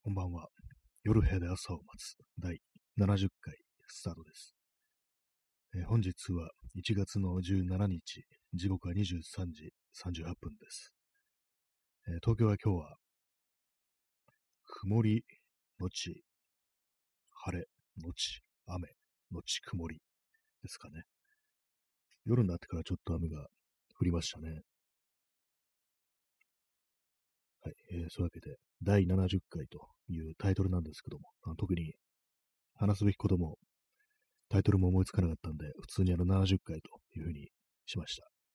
こんばんは。夜部屋で朝を待つ第70回スタートです。本日は1月の17日、時刻は23時38分です。東京は今日は曇りのち晴れのち雨のち曇りですかね。夜になってからちょっと雨が降りましたね。はい、そういうわけで第70回というタイトルなんですけども、特に話すべきこともタイトルも思いつかなかったんで、普通に70回というふうにしました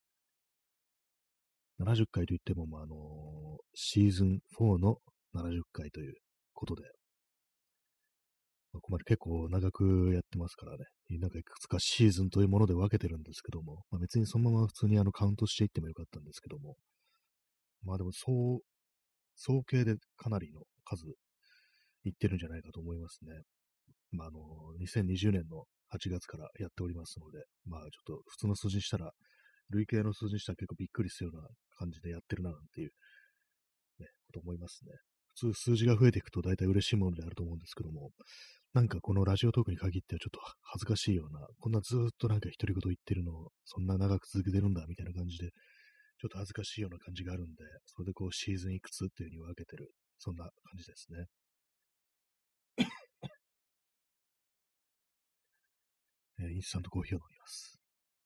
。70回といっても、シーズン4の70回ということで、ここまで結構長くやってますからね、なんかいくつかシーズンというもので分けてるんですけども、別にそのまま普通にカウントしていってもよかったんですけども、でも総計でかなりの数いってるんじゃないかと思いますね。2020年の8月からやっておりますので、ちょっと普通の数字にしたら、累計の数字にしたら結構びっくりするような感じでやってるななんていう、ね、こと思いますね。普通数字が増えていくと大体嬉しいものであると思うんですけども、なんかこのラジオトークに限ってはちょっと恥ずかしいような、こんなずーっとなんか独り言言ってるのをそんな長く続けてるんだみたいな感じで、ちょっと恥ずかしいような感じがあるんで、それでこうシーズンいくつっていう風に分けてる、そんな感じですね。インスタントコーヒーを飲みます。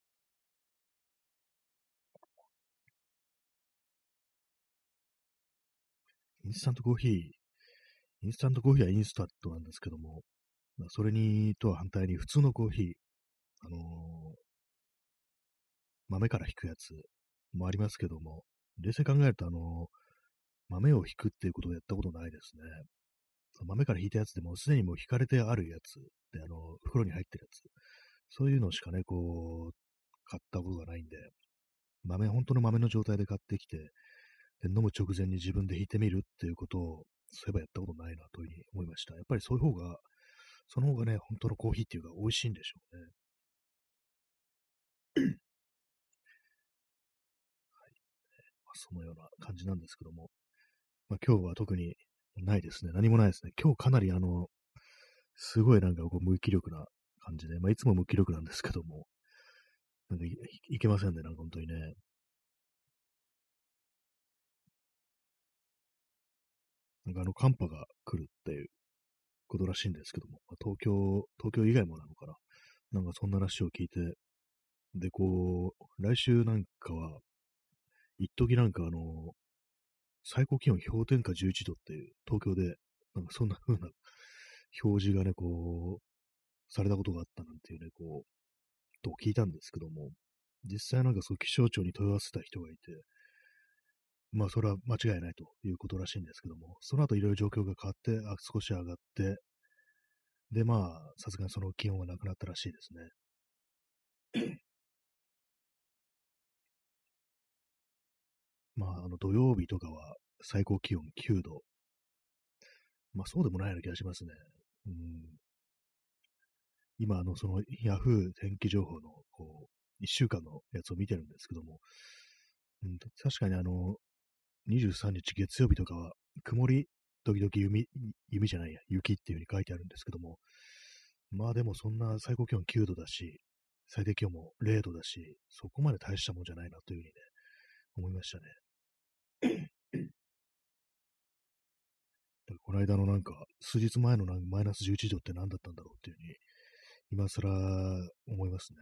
インスタントコーヒー、インスタントコーヒーはインスタントなんですけども、それにとは反対に普通のコーヒー、あのー豆から引くやつもありますけども、冷静に考えると豆を引くっていうことをやったことないですね。その豆から引いたやつでもすでにもう引かれてあるやつで、袋に入ってるやつ、そういうのしかね、こう、買ったことがないんで、本当の豆の状態で買ってきて、で、飲む直前に自分で引いてみるっていうことを、そういえばやったことないなというふうに思いました。やっぱりそういう方が、その方がね、本当のコーヒーっていうか美味しいんでしょうね。そのような感じなんですけども、今日は特にないですね。何もないですね。今日かなりすごいなんかこう無気力な感じで、いつも無気力なんですけども、なんかいけませんね、なんか本当にね。なんか寒波が来るっていうことらしいんですけども、東京以外もなのかな。なんかそんな話を聞いて、で、こう、来週なんかは、一時なんか最高気温氷点下11度っていう、東京で、なんかそんな風な表示がね、こう、されたことがあったなんていうね、こう、と聞いたんですけども、実際なんかそう気象庁に問い合わせた人がいて、それは間違いないということらしいんですけども、その後いろいろ状況が変わって、少し上がって、で、さすがにその気温はなくなったらしいですね。土曜日とかは最高気温9度。そうでもないような気がしますね。うん、今、その、ヤフー天気情報の、こう、1週間のやつを見てるんですけども、確かに23日月曜日とかは、曇り、時々弓じゃないや、雪っていう風に書いてあるんですけども、でもそんな最高気温9度だし、最低気温も0度だし、そこまで大したもんじゃないなというふうにね、思いましたね。だからこの間のなんか、数日前のマイナス11度って何だったんだろうっていうふうに、今更思いますね。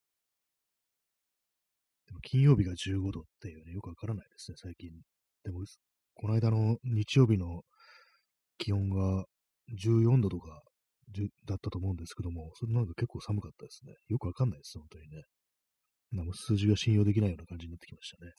でも金曜日が15度っていうね、よくわからないですね、最近。でも、この間の日曜日の気温が14度とかだったと思うんですけども、それなんか結構寒かったですね。よくわかんないです、本当にね。なんか数字が信用できないような感じになってきましたね。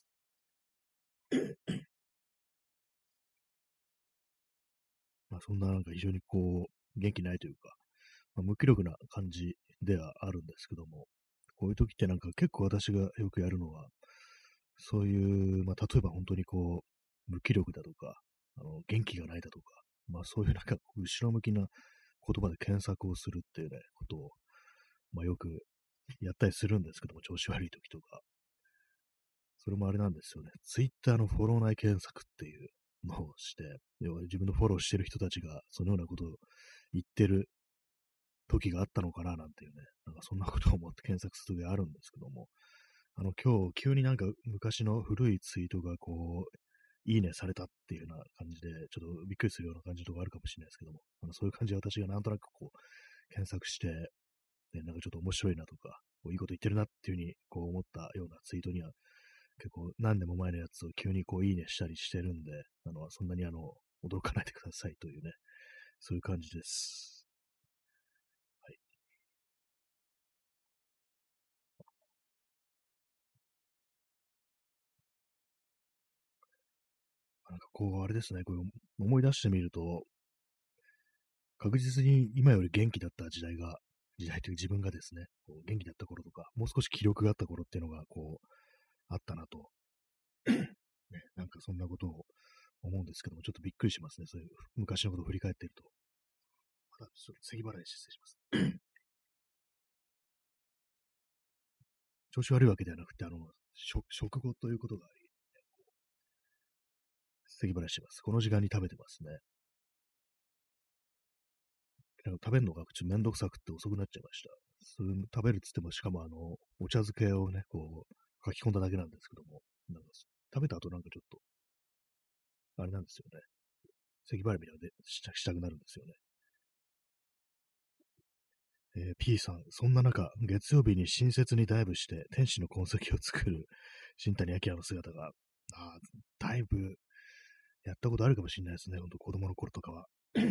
そんななんか非常にこう、元気ないというか、無気力な感じではあるんですけども、こういう時ってなんか結構私がよくやるのは、そういう、例えば本当にこう、無気力だとか、元気がないだとか、そういうなんか後ろ向きな言葉で検索をするっていうね、ことを、よくやったりするんですけども、調子悪い時とか。それもあれなんですよね。ツイッターのフォロー内検索っていうのをして、要は自分のフォローしてる人たちがそのようなことを言ってる時があったのかななんていうね、なんかそんなことを思って検索する時があるんですけども、今日急になんか昔の古いツイートがいいねされたっていうような感じで、ちょっとびっくりするような感じのとこあるかもしれないですけども、そういう感じで私がなんとなく検索して、ね、なんかちょっと面白いなとか、いいこと言ってるなっていうふうに思ったようなツイートには、結構何年も前のやつを急にいいねしたりしてるんで、そんなに驚かないでくださいというね、そういう感じです。はい。なんかあれですね、思い出してみると、確実に今より元気だった時代という自分がですね、元気だった頃とか、もう少し気力があった頃っていうのが、あったなと、ね、なんかそんなことを思うんですけども、ちょっとびっくりしますね。そういう昔のことを振り返っていると。また、ちょっと咳払い失礼します。調子悪いわけではなくて、食後ということがあり、咳払いしてます。この時間に食べてますね。なんか食べるのがちょっとめんどくさくって遅くなっちゃいました。食べるっつっても、しかもお茶漬けをね、書き込んだだけなんですけども、なんか食べた後なんかちょっと、あれなんですよね。咳払いみたいなのでしたくなるんですよね。P さん、そんな中、月曜日に新設にダイブして天使の痕跡を作る新谷明の姿が、だいぶやったことあるかもしれないですね。ほんと子供の頃とかは。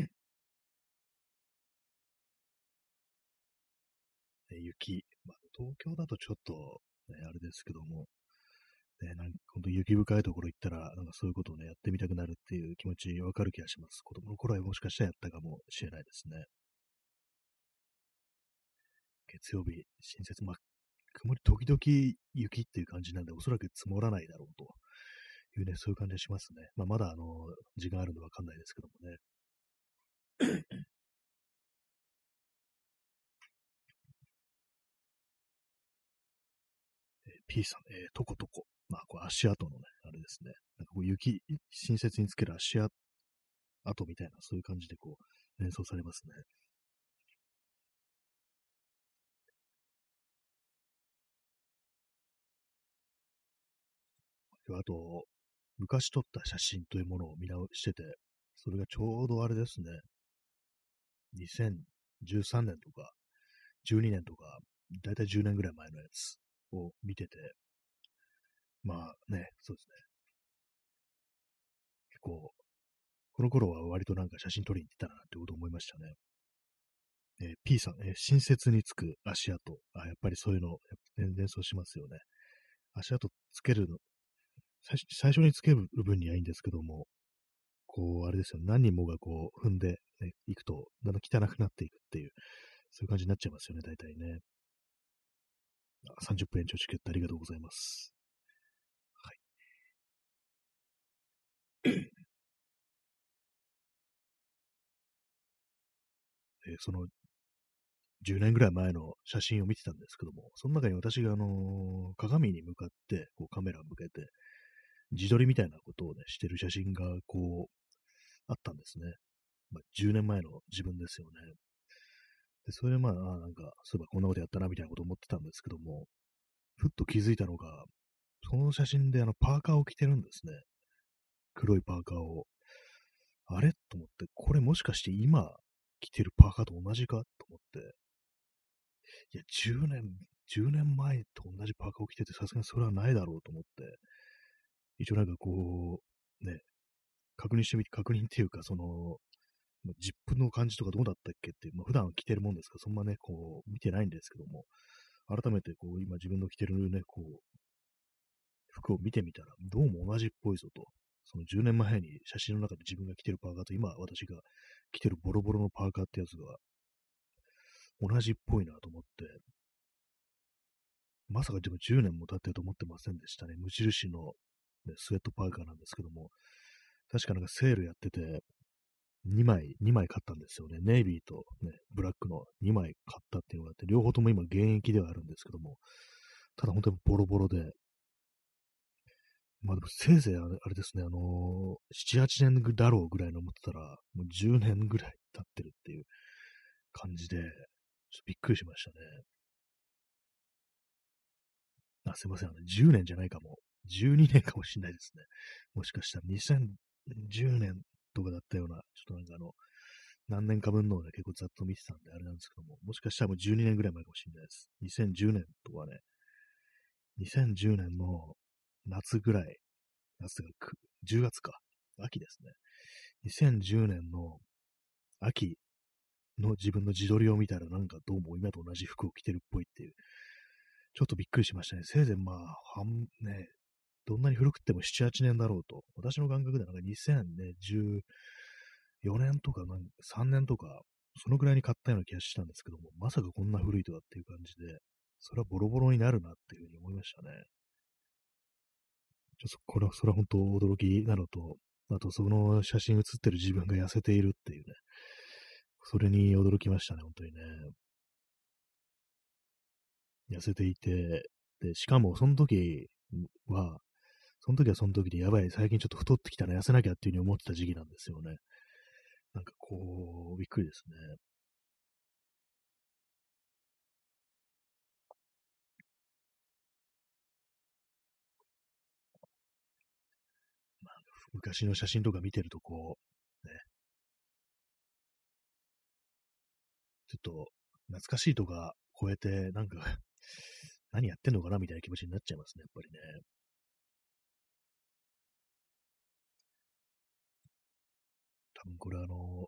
雪。まあ、東京だとちょっと、ね、あれですけども、ね、なんかほんと雪深いところ行ったら、なんかそういうことをね、やってみたくなるっていう気持ちわかる気がします。子供の頃はもしかしたらやったかもしれないですね。月曜日、新設、まあ、曇り時々雪っていう感じなんで、おそらく積もらないだろうというね、そういう感じがしますね。まあ、まだ時間あるんでわかんないですけどもね。P さん、とことこ。まあ、足跡のね、あれですね。なんか新雪につける跡みたいな、そういう感じで連想されますね。あと、昔撮った写真というものを見直してて、それがちょうどあれですね、2013年とか、12年とか、だいたい10年ぐらい前のやつを見てて、まあね、そうですね。結構、この頃は割となんか写真撮りに行ってたなってことを思いましたね。P さん、新設につく足跡。やっぱりそういうの、やっぱ連想しますよね。足跡つけるの、最初につける分にはいいんですけども、あれですよ、何人もが踏んで、ね、いくと、だんだん汚くなっていくっていう、そういう感じになっちゃいますよね、大体ね。30分延長チケットありがとうございます。はい。その10年ぐらい前の写真を見てたんですけども、その中に私が鏡に向かってカメラを向けて、自撮りみたいなことをね、してる写真があったんですね。まあ、10年前の自分ですよね。で、それでまあ、なんか、そういえばこんなことやったなみたいなこと思ってたんですけども、ふっと気づいたのが、その写真でパーカーを着てるんですね。黒いパーカーを。あれと思って、これもしかして今着てるパーカーと同じかと思って、いや、10年前と同じパーカーを着てて、さすがにそれはないだろうと思って、一応なんかね、確認っていうか、ジップの感じとかどうだったっけって、まあ、普段着てるもんですから、そんなね、見てないんですけども、改めて今自分の着てるね、服を見てみたら、どうも同じっぽいぞと。その10年前に写真の中で自分が着てるパーカーと、今私が着てるボロボロのパーカーってやつが同じっぽいなと思って、まさかでも10年も経ってると思ってませんでしたね。無印の、ね、スウェットパーカーなんですけども、確かなんかセールやってて、2枚買ったんですよね。ネイビーとね、ブラックの2枚買ったっていうのがあって、両方とも今現役ではあるんですけども、ただ本当にボロボロで、 まあでもせいぜいあれですね、7、8年だろうぐらいの思ってたら、もう10年ぐらい経ってるっていう感じで、ちょっとびっくりしましたね。あ、すいません、10年じゃないかも。12年かもしれないですね。もしかしたら2010年とかだったような、ちょっとなんか何年か分のをね、結構ざっと見てたんであれなんですけども、もしかしたらもう12年ぐらい前かもしれないです。2010年とかね、2010年の夏ぐらい、夏が10月か、秋ですね。2010年の秋の自分の自撮りを見たらなんかどうも今と同じ服を着てるっぽいっていう、ちょっとびっくりしましたね。せいぜいまあ、ね、どんなに古くっても7、8年だろうと。私の感覚でなんか2014年とか3年とか、そのぐらいに買ったような気がしたんですけども、まさかこんな古いとはっていう感じで、それはボロボロになるなっていうふうに思いましたね。それは本当驚きなのと、あとその写真写ってる自分が痩せているっていうね、それに驚きましたね、本当にね。痩せていて、で、しかもは、その時でやばい、最近ちょっと太ってきたら痩せなきゃっていうふうに思ってた時期なんですよね。なんかこう、びっくりですね。まあ、昔の写真とか見てるとこう、ね、ちょっと懐かしいとか超えて、なんか何やってんのかなみたいな気持ちになっちゃいますね、やっぱりね。多分これ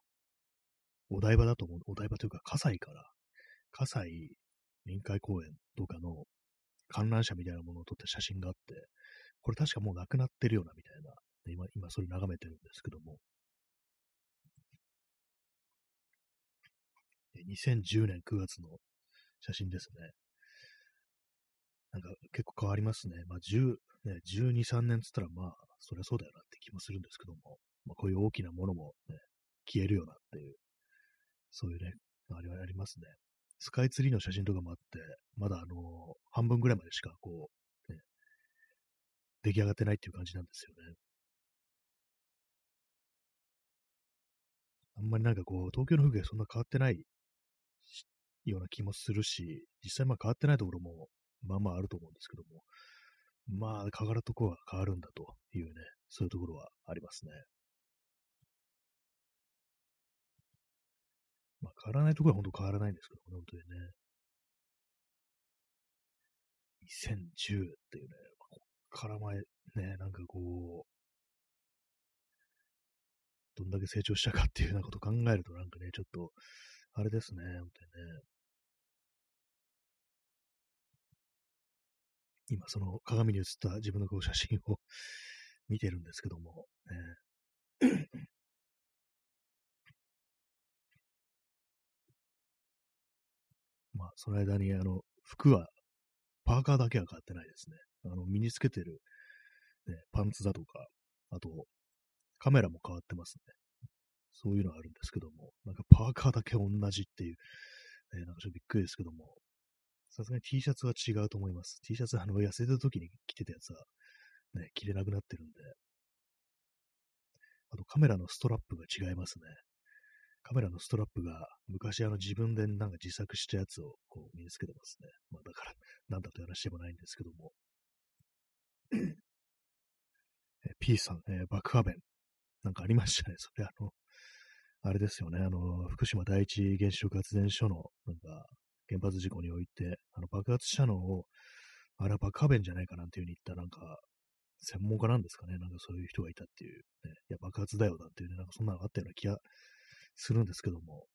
お台場というか、葛西臨海公園とかの観覧車みたいなものを撮った写真があって、これ確かもうなくなってるようなみたいな、今それ眺めてるんですけども、2010年9月の写真ですね。なんか結構変わりますね。まあね、12、3年つったらまあ、そりゃそうだよなって気もするんですけども、まあこういう大きなものもね、消えるよなっていう、そういうね、あれはありますね。スカイツリーの写真とかもあって、まだ半分ぐらいまでしかね、出来上がってないっていう感じなんですよね。あんまりなんかこう、東京の風景そんな変わってないような気もするし、実際まあ変わってないところも、まあまああると思うんですけども、まあ変わるところは変わるんだというね、そういうところはありますね。まあ変わらないところは本当変わらないんですけどもね、本当にね。2010っていうね、こっから前、ね、なんかこう、どんだけ成長したかっていうようなことを考えるとなんかね、ちょっと、あれですね、本当にね。今その鏡に映った自分のこう写真を見てるんですけども、まあその間に服は、パーカーだけは買ってないですね。身につけてる、ね、パンツだとか、あと、カメラも変わってますね。そういうのがあるんですけども、なんかパーカーだけ同じっていう、なんかちょっとびっくりですけども、さすがに T シャツは違うと思います。T シャツ痩せた時に着てたやつはね、着れなくなってるんで、あとカメラのストラップが違いますね。カメラのストラップが昔自分でなんか自作したやつをこう身につけてますね。まあだからなんだという話でもないんですけども。P さん、爆破弁。なんかありましたね。それあれですよね。福島第一原子力発電所のなんか原発事故において、爆発したのを、あれは爆破弁じゃないかなんていうふうに言ったなんか専門家なんですかね。なんかそういう人がいたっていう、ね。いや、爆発だよなんていうね、なんかそんなのがあったような気がするんですけども。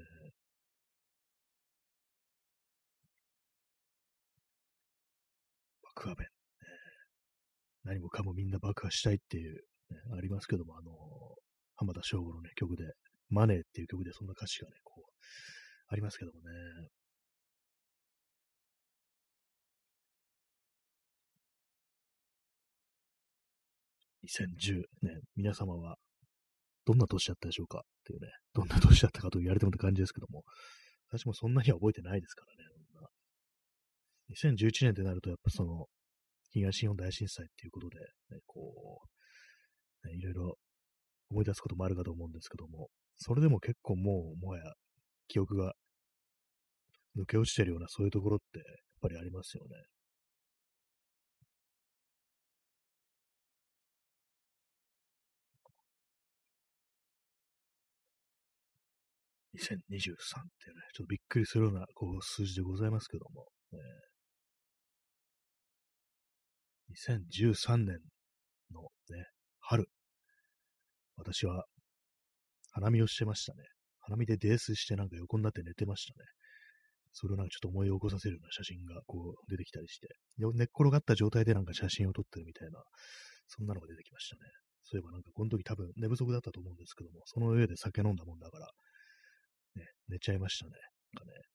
爆破弁。何もかもみんな爆破したいっていう、ね、ありますけども、浜田省吾のね、曲で、マネーっていう曲でそんな歌詞がね、こう、ありますけどもね、2010年、皆様はどんな年だったでしょうかっていうね、どんな年だったかと言われてもって感じですけども、私もそんなには覚えてないですからね。2011年ってなると、やっぱその、 東日本大震災っていうことで、ね、いろいろ思い出すこともあるかと思うんですけども、それでも結構もう、もはや記憶が抜け落ちてるようなそういうところってやっぱりありますよね。2023っていうね、ちょっとびっくりするような数字でございますけども、2013年のね、春、私は花見をしてましたね。花見で泥酔してなんか横になって寝てましたね。それをなんかちょっと思い起こさせるような写真が出てきたりして、寝っ転がった状態でなんか写真を撮ってるみたいな、そんなのが出てきましたね。そういえばなんかこの時多分寝不足だったと思うんですけども、その上で酒飲んだもんだから、ね、寝ちゃいましたね。なんかね、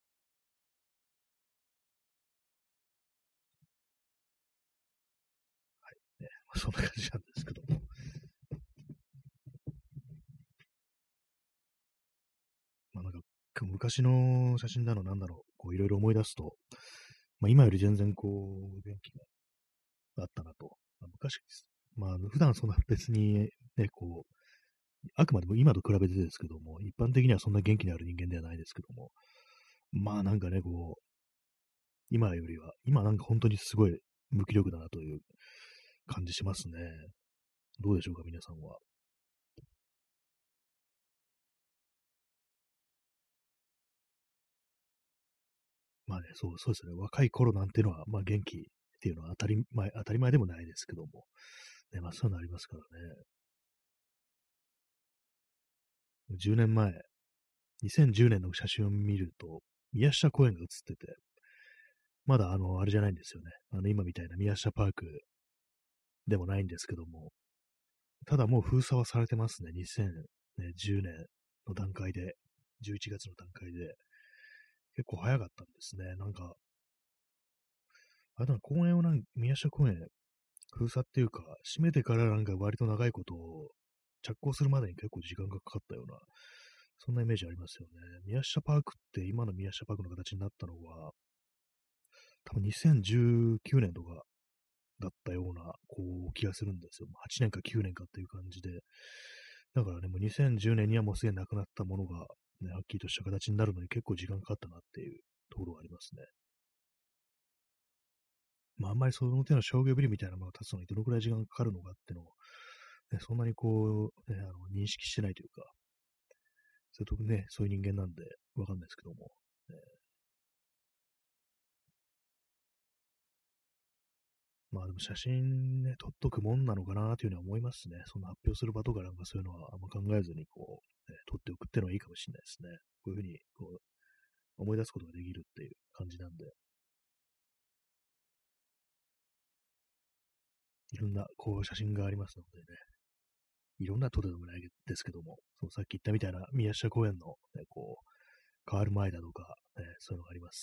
ね、まあ、そんな感じなんですけども。まあなんか、昔の写真だのなんだろう、いろいろ思い出すと、まあ今より全然元気があったなと。まあ、昔、まあ普段そんな別にね、あくまでも今と比べてですけども、一般的にはそんな元気のある人間ではないですけども、まあなんかね、今よりは、今なんか本当にすごい無気力だなという感じしますね。どうでしょうか、皆さんは。まあね、そうですね。若い頃なんていうのは、まあ元気っていうのは当たり前でもないですけども、ね、まあそういうのありますからね。10年前、2010年の写真を見ると、宮下公園が写ってて、まだあれじゃないんですよね。今みたいな宮下パークでもないんですけども、ただもう封鎖はされてますね。2010年の段階で、11月の段階で。結構早かったんですね。なんか、あれだな、公園を宮下公園封鎖っていうか、閉めてからなんか割と長いことを着工するまでに結構時間がかかったような、そんなイメージありますよね。宮下パークって今の宮下パークの形になったのは、多分2019年とかだったような、気がするんですよ。8年か9年かっていう感じで。だからね、もう2010年にはもうすでになくなったものが、ね、はっきりとした形になるのに結構時間かかったなっていうところがありますね。まあ、あんまりその手の商業ビルみたいなものが立つのにどのくらい時間かかるのかっていうのを、ね、そんなに認識してないというか、それとね、そういう人間なんでわかんないですけども、ね、まあでも写真ね、撮っとくもんなのかなというふうには思いますね。その発表する場とかなんかそういうのはあんま考えずに撮っておくっていうのはいいかもしれないですね。こういうふうに思い出すことができるっていう感じなんで、いろんな写真がありますのでね、いろんな撮でもないですけども、そうさっき言ったみたいな宮下公園の、ね、変わる前だとか、そういうのがあります。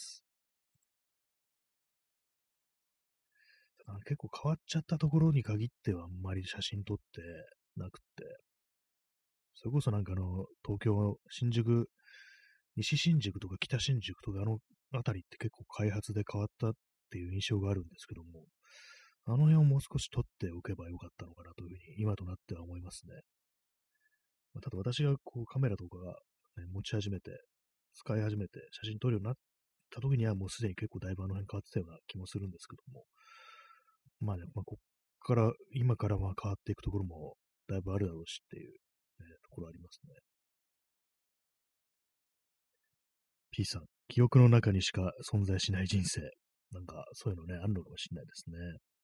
結構変わっちゃったところに限ってはあんまり写真撮ってなくて、それこそなんか東京、西新宿とか北新宿とかあたりって結構開発で変わったっていう印象があるんですけども、あの辺をもう少し撮っておけばよかったのかなというふうに今となっては思いますね。ただ私がカメラとかが、ね、持ち始めて、使い始めて写真撮るようになった時にはもうすでに結構だいぶあの辺変わってたような気もするんですけども、まあね、今からまあ変わっていくところもだいぶあるだろうしっていう、ところありますね。P さん、記憶の中にしか存在しない人生。なんか、そういうのね、あるのかもしれないですね。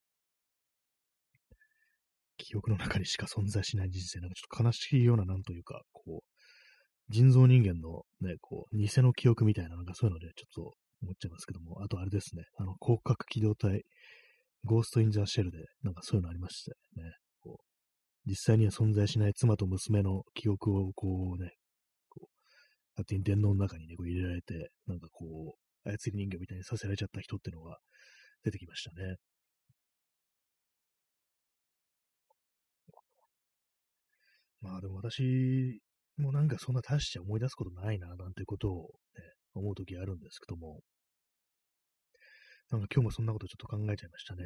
記憶の中にしか存在しない人生。なんかちょっと悲しいような、なんというか、人造人間のね、偽の記憶みたいな、なんかそういうので、ちょっと思っちゃいますけども、あとあれですね、広角機動隊、ゴースト・イン・ザ・シェルで、なんかそういうのありましたよね。実際には存在しない妻と娘の記憶を勝手に電脳の中にね、入れられて、なんか操り人形みたいにさせられちゃった人っていうのが出てきましたね。まあでも私もなんかそんな大して思い出すことないな、なんてことを、ね、思うときあるんですけども、 なんか今日もそんなことちょっと考えちゃいましたね。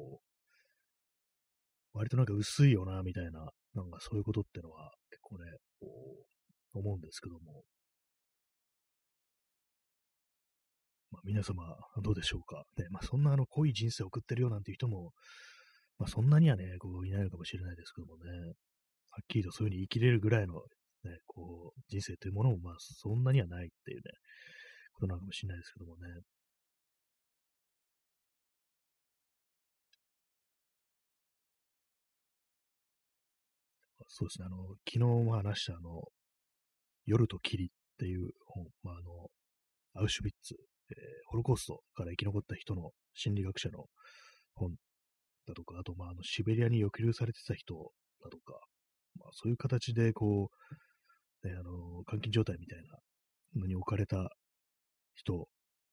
割となんか薄いよな、みたいな、なんかそういうことってのは結構ね、思うんですけども、皆様どうでしょうか。ね、そんな濃い人生を送ってるよなんていう人も、そんなにはね、いないのかもしれないですけどもね、はっきりとそういうふうに生きれるぐらいのね、人生というものも、そんなにはないっていうね、ことなのかもしれないですけどもね。そうですね、昨日も話した夜と霧っていう本、アウシュビッツ、ホロコーストから生き残った人の心理学者の本だとか、あと、シベリアに抑留されてた人だとか、そういう形で、ね、監禁状態みたいなのに置かれた人、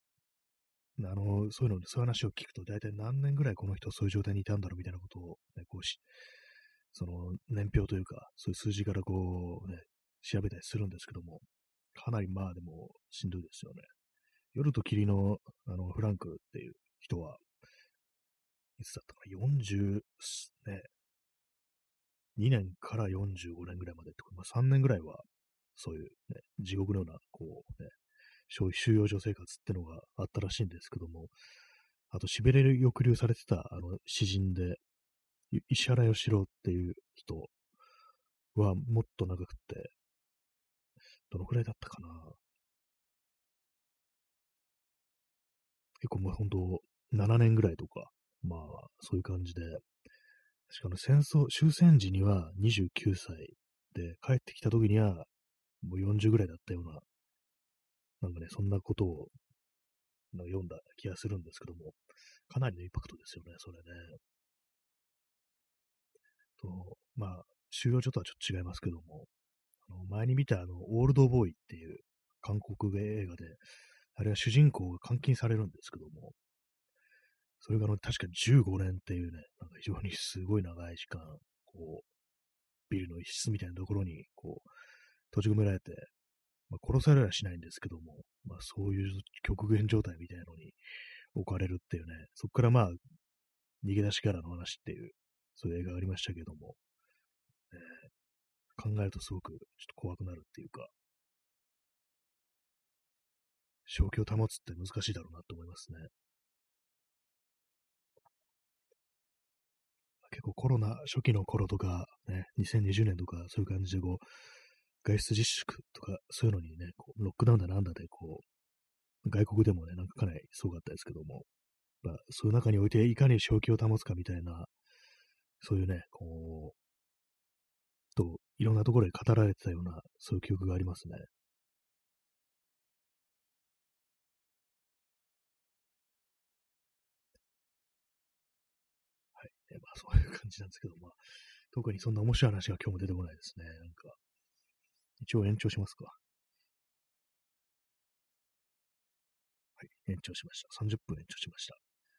そういう話を聞くと、大体何年ぐらいこの人そういう状態にいたんだろうみたいなことを、ね、その年表というか、そういう数字から調べたりするんですけども、かなりでもしんどいですよね。夜と霧の、フランクっていう人は、いつだったかな、40、ね、2年から45年ぐらいまでってこと、3年ぐらいは、そういうね、地獄のような、収容所生活ってのがあったらしいんですけども、あと、シベリアに抑留されてた、詩人で、石原義郎っていう人はもっと長くて、どのくらいだったかな。結構もう本当、7年ぐらいとか、そういう感じで、確か終戦時には29歳で、帰ってきた時にはもう40ぐらいだったような、なんかね、そんなことを読んだ気がするんですけども、かなりのインパクトですよね、それね。収容所とはちょっと違いますけども、前に見たオールドボーイっていう韓国映画で、あれは主人公が監禁されるんですけども、それが確か15年っていうね、なんか非常にすごい長い時間、こう、ビルの一室みたいなところに、閉じ込められて、殺されはしないんですけども、そういう極限状態みたいなのに置かれるっていうね、そこから逃げ出しからの話っていう、そういう映画がありましたけども、え考えるとすごくちょっと怖くなるっていうか、正気を保つって難しいだろうなと思いますね。結構コロナ初期の頃とか、ね、2020年とか、そういう感じで外出自粛とか、そういうのにね、ロックダウンだなんだで、外国でもね、なんかかなりすごかったですけども、そういう中においていかに正気を保つかみたいな、そういうね、いろんなところで語られてたような、そういう記憶がありますね。はい。そういう感じなんですけど、特にそんな面白い話が今日も出てこないですね。なんか、一応延長しますか。はい。延長しました。30分延長しました。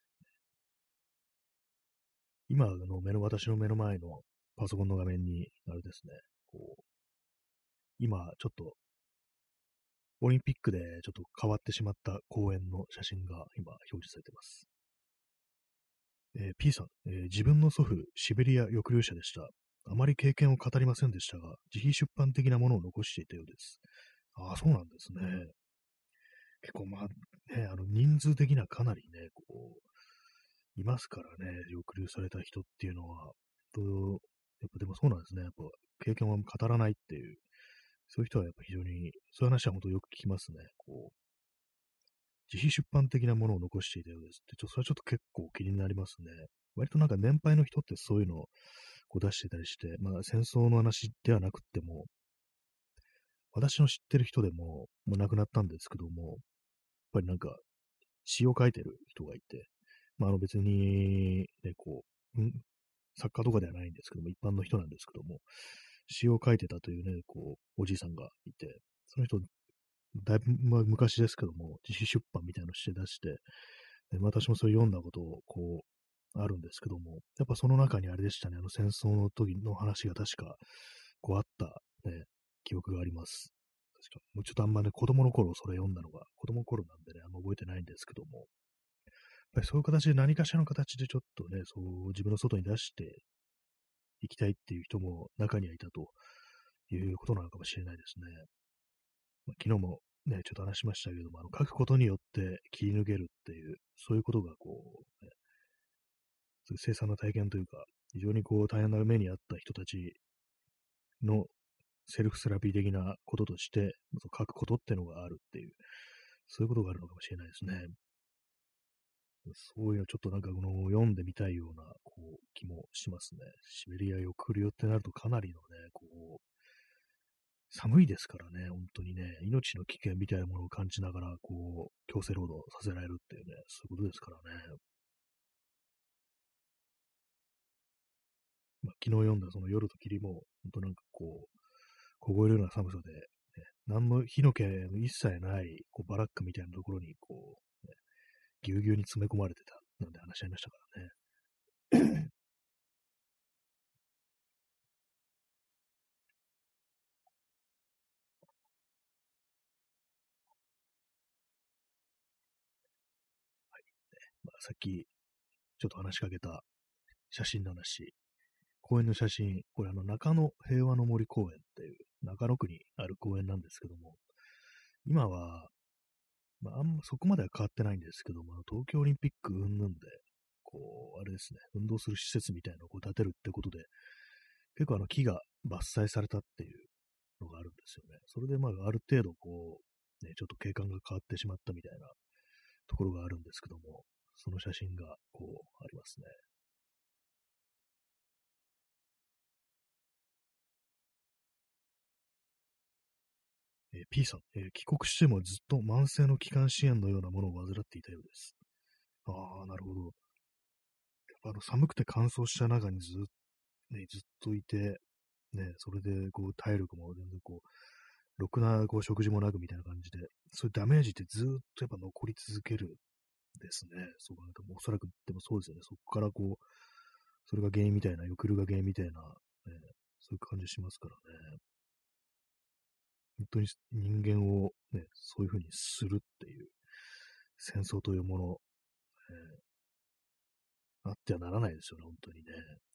今私の目の前のパソコンの画面に、あれですね、今ちょっとオリンピックでちょっと変わってしまった公園の写真が今表示されています。P さん、自分の祖父、シベリア抑留者でした。あまり経験を語りませんでしたが、自費出版的なものを残していたようです。ああ、そうなんですね。結構ね、人数的にはかなりね、いますからね、抑留された人っていうのは、とやっぱでもそうなんですね。やっぱ経験は語らないっていう、そういう人はやっぱ非常に、そういう話は本当よく聞きますね。自費出版的なものを残していたようですって、それはちょっと結構気になりますね。割となんか年配の人ってそういうのを出してたりして、戦争の話ではなくっても、私の知ってる人でも、もう亡くなったんですけども、やっぱりなんか詩を書いてる人がいて、別に、ね、作家とかではないんですけども、一般の人なんですけども、詩を書いてたというね、おじいさんがいて、その人、だいぶ、昔ですけども、自費出版みたいなのして出して、で私もそれ読んだことを、あるんですけども、やっぱその中にあれでしたね、戦争の時の話が確か、あった、ね、記憶があります。確か、もうちょっとあんまね、子供の頃それ読んだのが、子供の頃なんでね、あんま覚えてないんですけども、 ぱりそういう形で何かしらの形でちょっとね、そう自分の外に出していきたいっていう人も中にはいたということなのかもしれないですね。昨日もね、ちょっと話しましたけども、書くことによって切り抜けるっていう、そういうことがね、そういう凄惨な体験というか、非常に大変な目にあった人たちのセルフセラピー的なこととして、そう書くことってのがあるっていう、そういうことがあるのかもしれないですね。そういうのちょっとなんか読んでみたいような気もしますね。シベリアを来るよってなるとかなりのね、寒いですからね、本当にね、命の危険みたいなものを感じながら、強制労働させられるっていうね、そういうことですからね。昨日読んだその夜と霧も、本当なんか凍えるような寒さで、ね、何の火の気の一切ない、バラックみたいなところに、ね、ぎゅうぎゅうに詰め込まれてた、なんて話し合いましたからね。さっき、ちょっと話しかけた写真の話、公園の写真、これ中野平和の森公園っていう、中野区にある公園なんですけども、今は、あんまそこまでは変わってないんですけども、東京オリンピック云々で、あれですね、運動する施設みたいなのを建てるってことで、結構木が伐採されたっていうのがあるんですよね。それである程度ね、ちょっと景観が変わってしまったみたいなところがあるんですけども、その写真がありますね。P さん、帰国してもずっと慢性の気管支炎のようなものを患っていたようです。ああ、なるほど。やっぱ寒くて乾燥した中にずっといて、ね、それで体力も全然ろくな食事もなくみたいな感じで、そういうダメージってずっとやっぱ残り続けるですね。そう考えると、おそらく、でもそうですよね。そこからそれが原因みたいな、抑留が原因みたいな、ね、そういう感じしますからね。本当に人間をね、そういうふうにするっていう戦争というもの、あってはならないですよね、本当にね。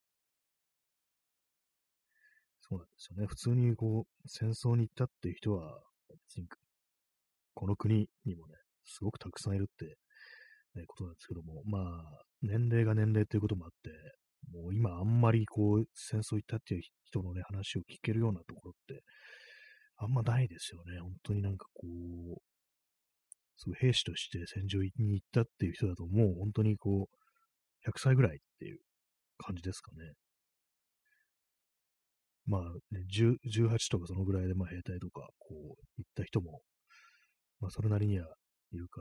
そうなんですよね。普通に戦争に行ったっていう人は、別にこの国にもね、すごくたくさんいるって、ね、ことなんですけども、年齢が年齢ということもあって、もう今あんまり戦争行ったっていう人のね、話を聞けるようなところって、あんまないですよね。本当になんかそう兵士として戦場に行ったっていう人だと、もう本当に100歳ぐらいっていう感じですかね。10、18とかそのぐらいで、兵隊とか、行った人も、それなりにはいるから、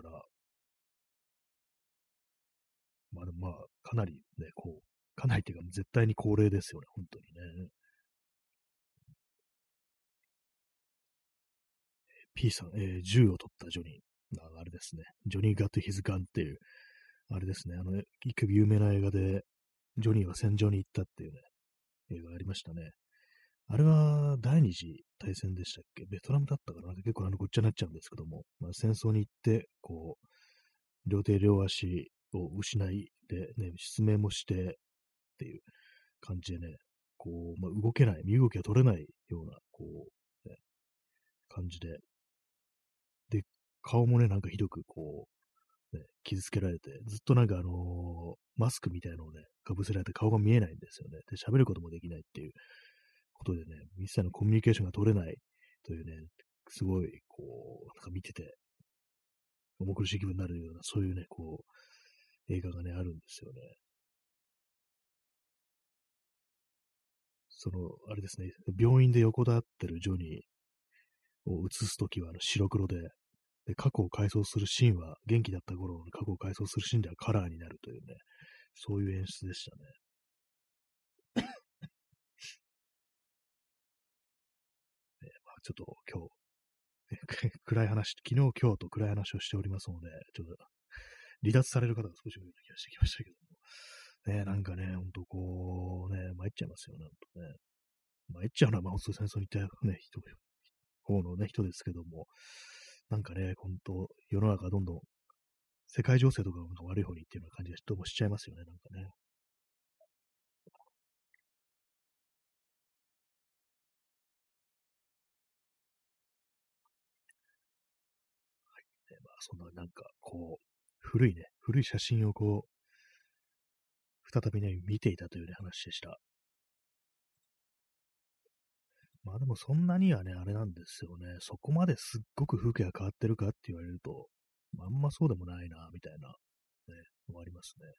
でもかなりね、かなりっていうか、絶対に高齢ですよね、本当にね。P さん、銃を取ったジョニー。あれですね。ジョニー・ガット・ヒズ・ガンっていう、あれですね。一曲有名な映画で、ジョニーは戦場に行ったっていうね、映画がありましたね。あれは第二次大戦でしたっけ？ベトナムだったかな？結構ごっちゃになっちゃうんですけども、戦争に行って、両手両足を失いで、ね、失明もしてっていう感じでね、動けない、身動きが取れないような、ね、感じで、で、顔もね、なんかひどくね、傷つけられて、ずっとなんかマスクみたいなのをね、かぶせられて顔が見えないんですよね。で、喋ることもできないっていうことでね、一切のコミュニケーションが取れないというね、すごい、なんか見てて、重苦しい気分になるような、そういうね、映画がね、あるんですよね。あれですね、病院で横たわってるジョニーを映すときは白黒で、で、過去を回想するシーンは、元気だった頃の過去を回想するシーンではカラーになるというね、そういう演出でしたね。ちょっと今日、暗い話、昨日、今日と暗い話をしておりますので、ちょっと離脱される方が少し増えた気がしてきましたけども。ね、なんかね、ほんと参っちゃいますよね、ほんとね。参っちゃうのは、本当戦争に行ったね、方のね、人ですけども、なんかね、ほんと、世の中どんどん世界情勢とかが悪い方にっていうような感じがどうもしちゃいますよね、なんかね。まあ、そんななんか、こう、古い写真をこう、再びね、見ていたというね、話でした。まあでもそんなにはね、あれなんですよね。そこまですっごく風景が変わってるかって言われると、まあんまそうでもないな、みたいな、ね、のがありますね。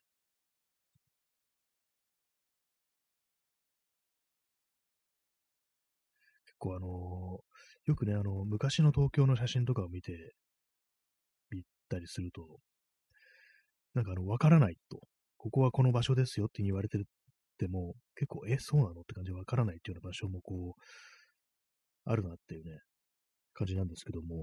結構よくね、昔の東京の写真とかを見たりすると、なんかわからないと、ここはこの場所ですよって言われてても、結構、そうなのって感じでわからないっていうような場所もこう、あるなっていうね、感じなんですけども、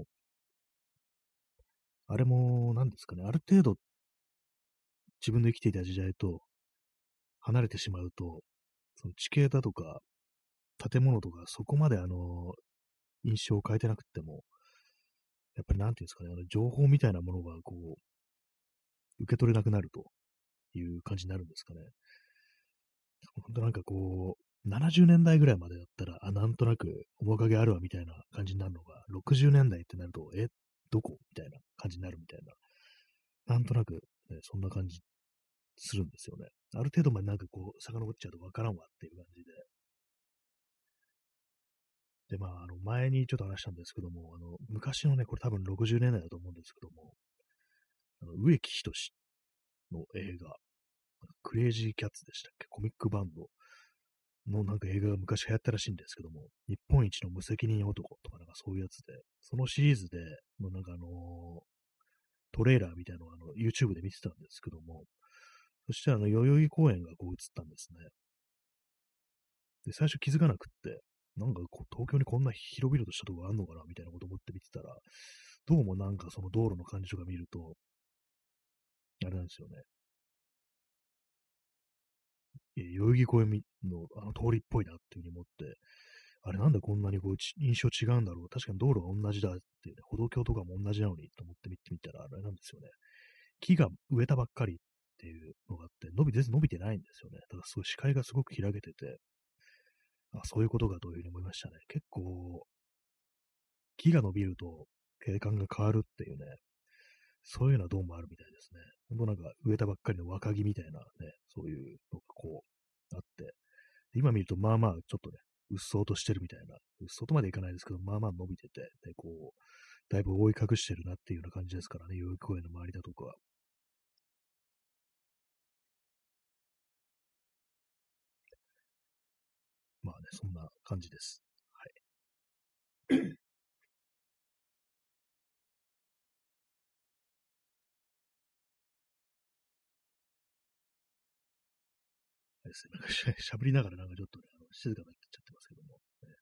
あれも、なんですかね、ある程度自分の生きていた時代と離れてしまうと、その地形だとか建物とかそこまで印象を変えてなくっても、やっぱりなんていうんですかね、情報みたいなものがこう、受け取れなくなるという感じになるんですかね。ほんとなんかこう、70年代ぐらいまでだったら、あ、なんとなく面影あるわみたいな感じになるのが、60年代ってなると、どこみたいな感じになるみたいな。なんとなく、ね、そんな感じするんですよね。ある程度までなんかこう、遡っちゃうとわからんわっていう感じで。で、まあ、前にちょっと話したんですけども、昔のね、これ多分60年代だと思うんですけども、植木仁の映画、クレイジーキャッツでしたっけ、コミックバンドのなんか映画が昔流行ったらしいんですけども、日本一の無責任男とかなんかそういうやつで、そのシリーズで、もうなんかトレーラーみたいなのをYouTube で見てたんですけども、そして代々木公園がこう映ったんですね。で、最初気づかなくって、なんかこう東京にこんな広々としたとこあんのかなみたいなこと思って見てたら、どうもなんかその道路の感じとか見ると、あれなんですよね。代々木公園のあの通りっぽいなっていうふうに思って、あれなんでこんなにこう印象違うんだろう。確かに道路が同じだっていうね、歩道橋とかも同じなのにと思って見てみたら、あれなんですよね。木が植えたばっかりっていうのがあって、全然伸びてないんですよね。だからすごい視界がすごく開けてて、あ、そういうことかというふうに思いましたね。結構、木が伸びると景観が変わるっていうね、そういうのはどうもあるみたいですね。ほんとなんか植えたばっかりの若木みたいなね、そういうのがこうあって、今見るとまあまあちょっとね、うっそうとしてるみたいな、うっそうとまでいかないですけど、まあまあ伸びてて、で、こう、だいぶ覆い隠してるなっていうような感じですからね、代々木公園の周りだとかは。まあね、そんな感じです。はい。あれですね、なんかしゃべりながらなんかちょっとね、静かになっちゃってますけども、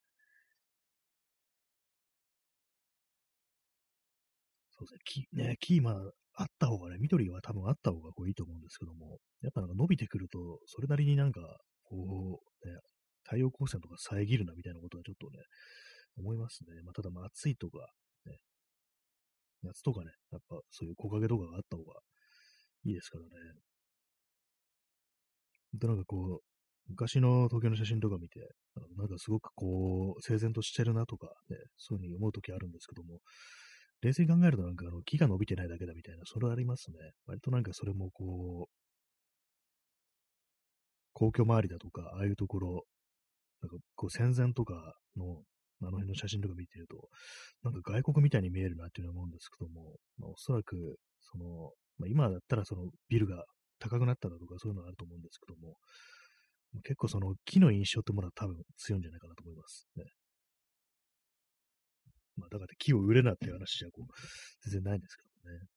そうですね、木、まあ、あった方がね、緑は多分あった方がこういいと思うんですけども、やっぱなんか伸びてくると、それなりになんか、こう、ね、太陽光線とか遮るなみたいなことはちょっとね、思いますね。まあ、ただまあ暑いとか、ね、夏とかね、やっぱそういう木陰とかがあった方がいいですからね。ほんとなんかこう、昔の東京の写真とか見て、なんかすごくこう、整然としてるなとかね、そういうふうに思うときあるんですけども、冷静に考えるとなんか木が伸びてないだけだみたいな、それはありますね。割となんかそれもこう、皇居周りだとか、ああいうところ、なんかこう戦前とかの、あの辺の写真とか見てると、なんか外国みたいに見えるなっていうのは思うんですけども、まあ、おそらく、まあ、今だったらそのビルが高くなっただとかそういうのがあると思うんですけども、結構その木の印象ってものは多分強いんじゃないかなと思いますね。まあ、だから木を植えるなっていう話じゃこう、全然ないんですけどもね。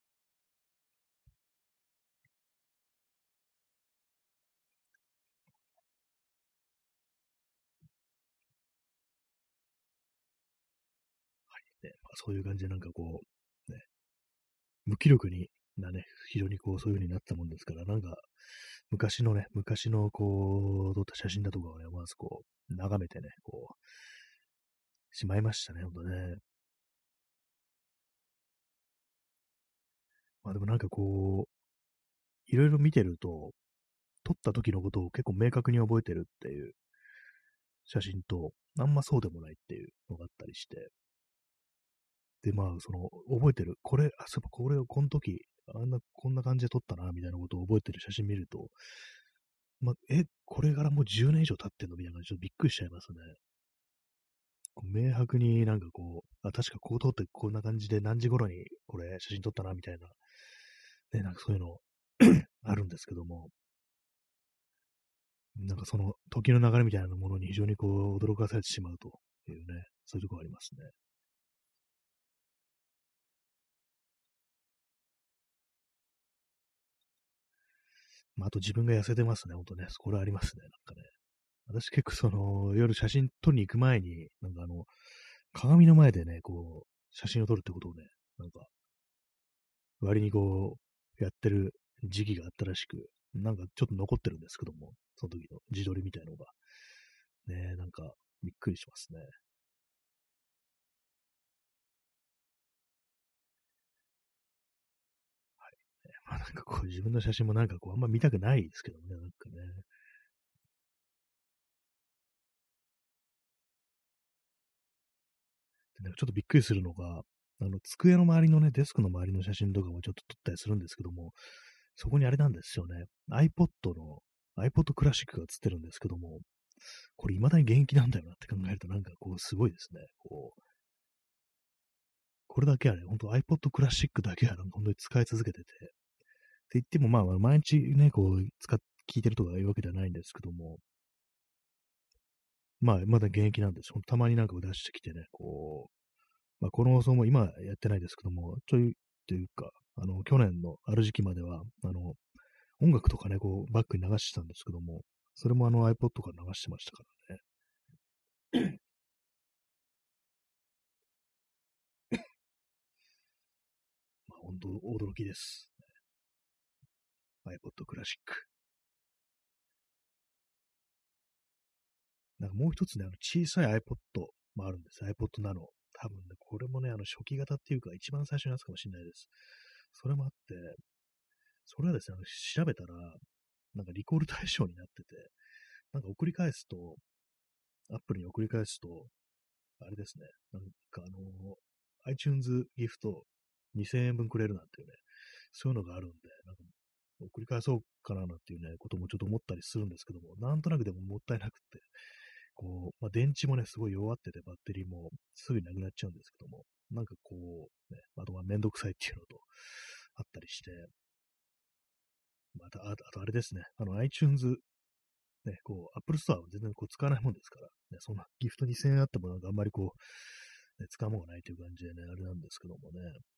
まあ、そういう感じでなんかこう、ね、無気力なね、非常にこう、そういう風になってたもんですから、なんか、昔のこう、撮った写真だとかをね、まずこう、眺めてね、こう、しまいましたね、ほんとね。 まあでもなんかこう、いろいろ見てると、撮った時のことを結構明確に覚えてるっていう写真と、あんまそうでもないっていうのがあったりして、で、まあ、覚えてる、これ、あ、そういえばこれをこの時、こんな感じで撮ったな、みたいなことを覚えてる写真見ると、まあ、これからもう10年以上経ってんのみたいな感じでちょっとびっくりしちゃいますね。こう明白になんかこう、あ、確かこう撮ってこんな感じで何時頃にこれ写真撮ったな、みたいな、ね、なんかそういうのあるんですけども、なんかその時の流れみたいなものに非常にこう驚かされてしまうというね、そういうところありますね。まあ、あと自分が痩せてますね、ほんとね。これありますね、なんかね。私結構夜写真撮りに行く前に、なんか鏡の前でね、こう、写真を撮るってことをね、なんか、割にこう、やってる時期があったらしく、なんかちょっと残ってるんですけども、その時の自撮りみたいのが。ね、なんか、びっくりしますね。まあなんかこう、自分の写真もなんかこう、あんま見たくないですけどね、なんかね。でなんかちょっとびっくりするのが、机の周りのね、デスクの周りの写真とかもちょっと撮ったりするんですけども、そこにあれなんですよね。iPod クラシックが映ってるんですけども、これ未だに現役なんだよなって考えるとなんかこうすごいですね。こう、これだけはね、ほんと iPod クラシックだけはなんか本当に使い続けてて、って言ってもまあ毎日ね、こう聞いてるとかいうわけではないんですけども、まあまだ現役なんです。たまになんか出してきてね、こう、まあこの放送も今やってないですけども、ちょいというか、去年のある時期までは、音楽とかね、こう、バックに流してたんですけども、それもiPod から流してましたからね。まあ、本当驚きです。iPod クラシック。なんかもう一つね、小さい iPod もあるんです。iPod Nano。多分ね、これもね、初期型っていうか、一番最初のやつかもしれないです。それもあって、それはですね、調べたら、なんかリコール対象になってて、なんか送り返すと、アップルに送り返すと、あれですね、なんかiTunes ギフト2000円分くれるなんていうね、そういうのがあるんで、なんか送り返そうかななんていうね、こともちょっと思ったりするんですけども、なんとなくでももったいなくって、こう、まあ、電池もね、すごい弱ってて、バッテリーもすぐになくなっちゃうんですけども、なんかこう、ね、あとはめんどくさいっていうのと、あったりして、あとあれですね、iTunes、ね、こう、Apple Store は全然こう使わないもんですから、ね、そんなギフト2000円あってもなんかあんまりこう、ね、使うものがないという感じでね、あれなんですけどもね、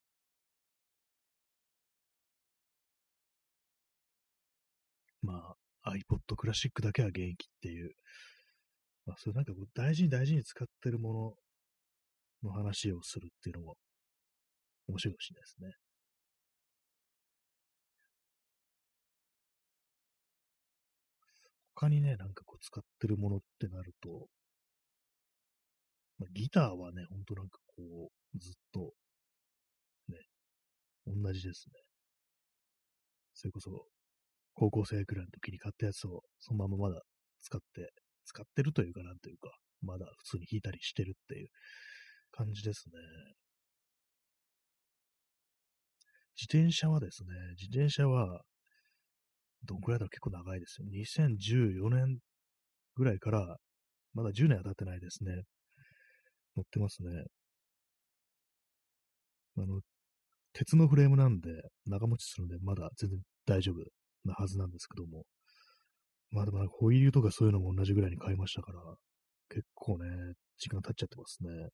まあ、iPod クラシックだけは現役っていう、まあ、そういうなんかこう大事に大事に使ってるものの話をするっていうのも面白いかもしれないですね。他にね、なんかこう使ってるものってなると、まあ、ギターはね、ほんとなんかこう、ずっとね、同じですね。それこそ、高校生くらいの時に買ったやつを、そのまままだ使ってるというかなんというか、まだ普通に弾いたりしてるっていう感じですね。自転車は、どんくらいだろう、結構長いですよ。2014年ぐらいから、まだ10年は経ってないですね。乗ってますね。あの、鉄のフレームなんで、長持ちするんで、まだ全然大丈夫なはずなんですけども。まあでもなんかホイールとかそういうのも同じぐらいに買いましたから、結構ね、時間経っちゃってますね。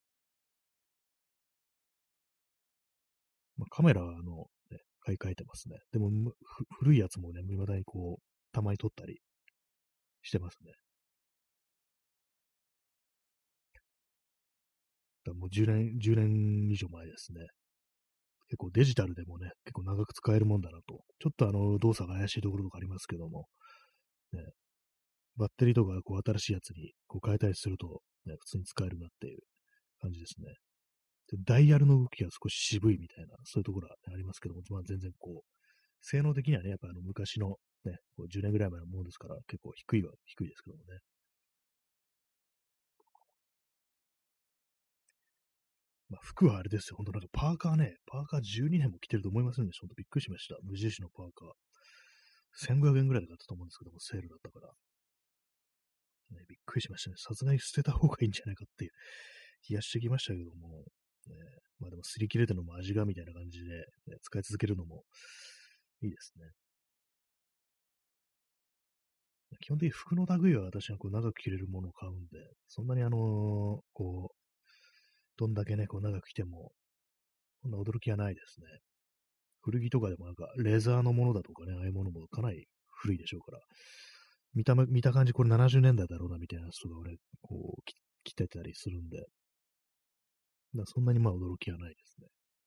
まあ、カメラね、買い替えてますね。でも、古いやつもね、未だにこう、たまに撮ったりしてますね。だからもう10年以上前ですね。結構デジタルでもね、結構長く使えるもんだなと。ちょっと動作が怪しいところとかありますけども、ね、バッテリーとかこう新しいやつにこう変えたりすると、ね、普通に使えるなっていう感じですね。 でダイヤルの動きが少し渋いみたいな、そういうところは、ね、ありますけども、まあ、全然こう、性能的にはね、やっぱ昔のね、こう10年ぐらい前のものですから、結構低いは低いですけどもね。まあ、服はあれですよ。ほんとなんかパーカー12年も着てると思いませんでした。ほんとびっくりしました。無印のパーカー。1500円ぐらいで買ったと思うんですけども、セールだったから。ね、びっくりしましたね。さすがに捨てた方がいいんじゃないかっていう気がしてきましたけども、ね、まあでも擦り切れてるのも味がみたいな感じで、ね、使い続けるのもいいですね。基本的に服の類は私はこう長く着れるものを買うんで、そんなにこう、どんだけね、こう長く着ても、そんな驚きはないですね。古着とかでもなんか、レザーのものだとかね、ああいうものもかなり古いでしょうから、見た感じこれ70年代だろうなみたいなやつとか俺、こう、着てたりするんで、そんなにまあ驚きはないですね。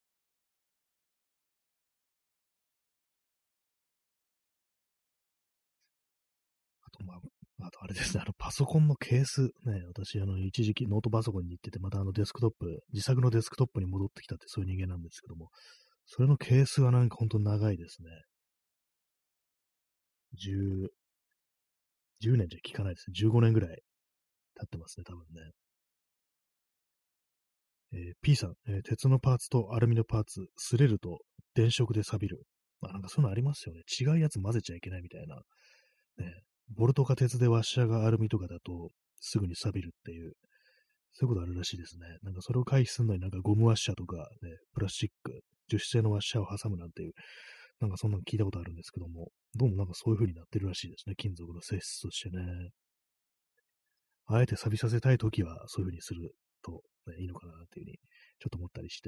あとまあ、あとあれですね、パソコンのケース、ね、私、一時期ノートパソコンに行ってて、またデスクトップ、自作のデスクトップに戻ってきたってそういう人間なんですけども、それのケースはなんか本当長いですね。10、10年じゃ効かないですね。15年ぐらい経ってますね、多分ね。P さん、鉄のパーツとアルミのパーツ、擦れると電飾で錆びる。まあ、なんかそういうのありますよね。違うやつ混ぜちゃいけないみたいな。ね、ボルトか鉄でワッシャーがアルミとかだとすぐに錆びるっていう、そういうことあるらしいですね。なんかそれを回避するのになんかゴムワッシャーとか、ね、プラスチック、樹脂製のワッシャーを挟むなんていう、なんかそんなの聞いたことあるんですけども、どうもなんかそういう風になってるらしいですね。金属の性質としてね。あえて錆びさせたいときはそういう風にすると、ね、いいのかなっていう風にちょっと思ったりして。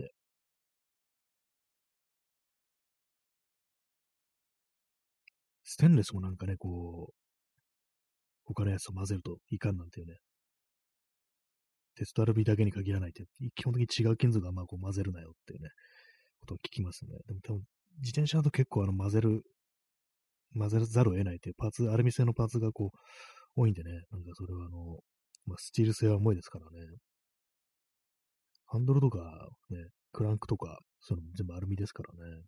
ステンレスもなんかね、こう、他のやつと混ぜるといかんなんていうね、鉄とアルミだけに限らないって、基本的に違う金属はまあこう混ぜるなよっていうね、ことを聞きますね。でも多分、自転車だと結構混ぜざるを得ないっていうパーツ、アルミ製のパーツがこう、多いんでね、なんかそれはまあ、スチール製は重いですからね、ハンドルとか、ね、クランクとか、そういうのも全部アルミですからね。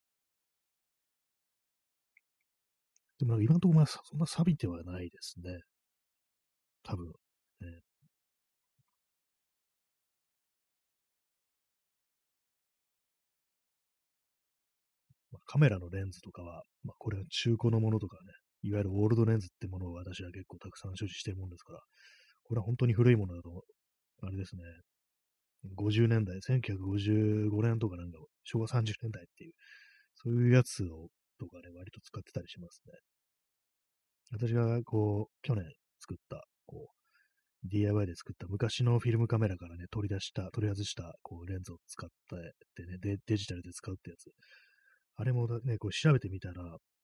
でもなんか今のところまあそんな錆びてはないですね。多分。ね、まあ、カメラのレンズとかは、まあ、これは中古のものとかね、いわゆるオールドレンズってものを私は結構たくさん所持しているもんですから、これは本当に古いものだと、あれですね、50年代、1955年とかなんか、昭和30年代っていう、そういうやつを、とかね、割と使ってたりしますね。私が、こう、去年作った、こう、DIY で作った昔のフィルムカメラからね、取り外した、こう、レンズを使ってね、デジタルで使うってやつ。あれもね、こう調べてみたら、